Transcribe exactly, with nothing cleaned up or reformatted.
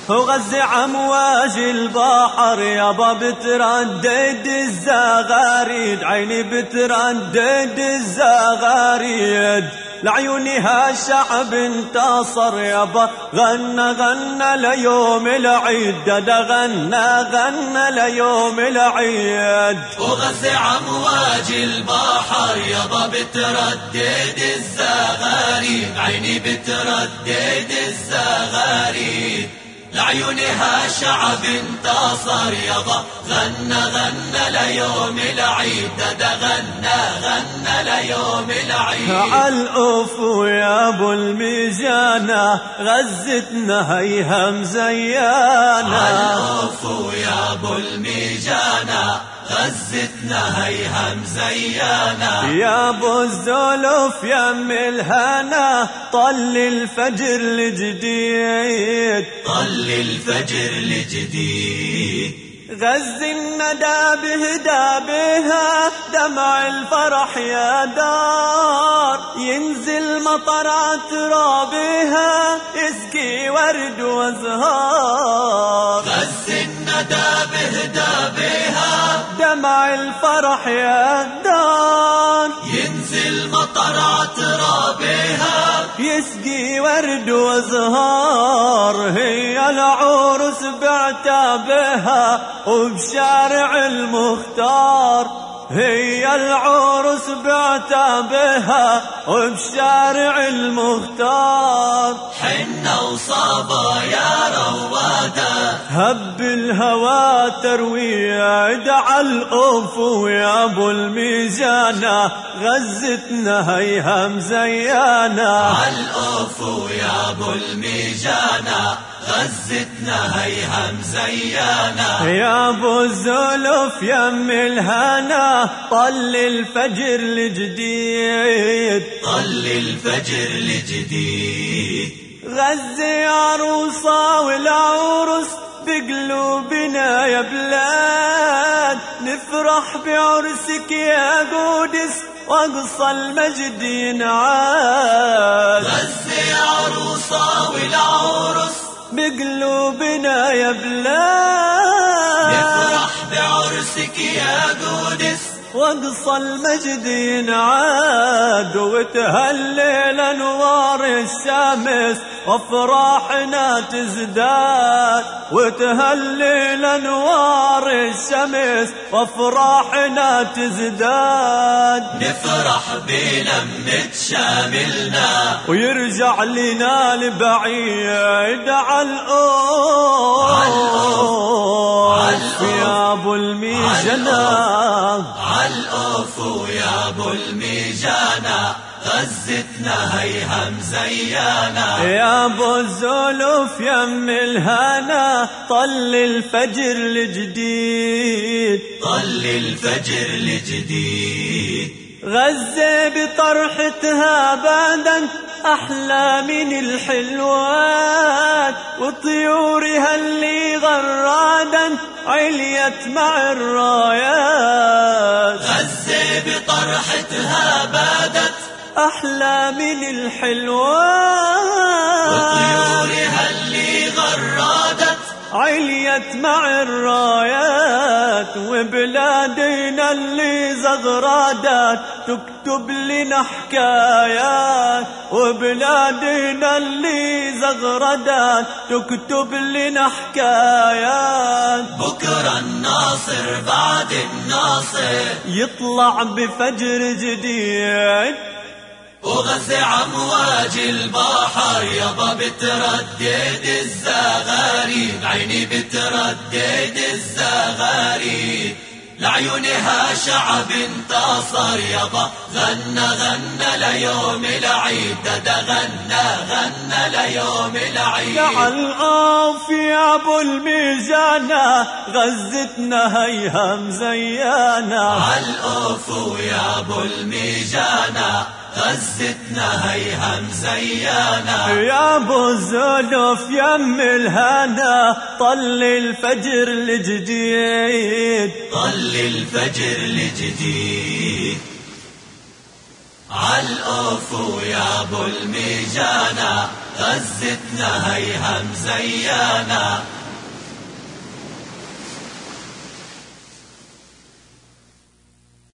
وغزع امواج البحر يابا بتردد الزغاريد، عيني بتردد الزغاريد، لعيونها الشعب انتصر يابا، غنى غنى ليوم العيد، دا غنى غنى ليوم العيد. وغزع امواج البحر يابا بتردد الزغاريد، عيني بتردد الزغاريد، لعيونها شعب انتصر يابا، غنى غنى ليوم العيد، دا غنى غنى ليوم العيد. عالأوفو يا ابو الميجانة غزتنا هيها مزيانة، عالأوفو يا ابو الميجانة غزتنا هيها مزيانة، يا ابو الزلف يم الهنا طل الفجر الجديد، طل الفجر الجديد، غز الندى بهدى بها دمع الفرح يا دار، ينزل مطر عترابها يسقي ورد وازهار، غز الندى بهدى بها دمع الفرح يا دار، ينزل مطر عترابها يسقي ورد وازهار، هي العروس بعتابها وبشارع المختار، هي العروس بعتابها وبشارع المختار، حنة وصابة يا روادة هب الهوى ترويع، عالأوفو يا ابو الميجانة غزتنا هيها مزيانة، عالأوفو يا ابو الميجانة غزتنا هيها مزيانة، يا ابو الزلف يم الهنا طل الفجر الجديد، طل الفجر الجديد، غزي عروسة والعروس بقلوبنا يا بلاد، نفرح بعرسك يا قدس واقصى المجد ينعاد، غزي عروسة والعروس بقلوبنا يا بلاد، نفرح بعرسك يا قدس واقصى المجد ينعاد، وتهلل انوار الشمس وافراحنا تزداد، وتهلل انوار الشمس وافراحنا تزداد، نفرح بلمة شاملنا ويرجع لنا البعيد عالأوف يا ابو الميجنة، عالأوفو يا ابو الميجانة غزتنا هيها مزيانة، يا ابو الزلف يم الهنا طل الفجر الجديد، طل الفجر الجديد، غزة بطرحتها بادت أحلى من الحلوات، وطيورها اللي غرادت عليت مع الرايات، غزة بطرحتها بادت أحلى من الحلوات، وطيورها اللي غرادت عليت مع الرايات، وبلادنا اللي زغرادات تكتب لنا حكايات، وبلادنا اللي زغرادات تكتب لنا حكايات، بكرة الناصر بعد الناصر يطلع بفجر جديد، وغزع امواج البحر يابا بتردد الزغاريد، عيني بتردد الزغاريد، لعيونها شعب انتصر يابا، غنى غنى ليوم العيد، دا غنى غنى ليوم العيد. عالأوف يا ابو الميجانة غزتنا هيها مزيانة، عالأوف يا ابو الميجانة غزتنا هيها مزيانة، يا ابو الزلف يم الهنا طل الفجر الجديد، طل الفجر غزتنا هيها مزيانا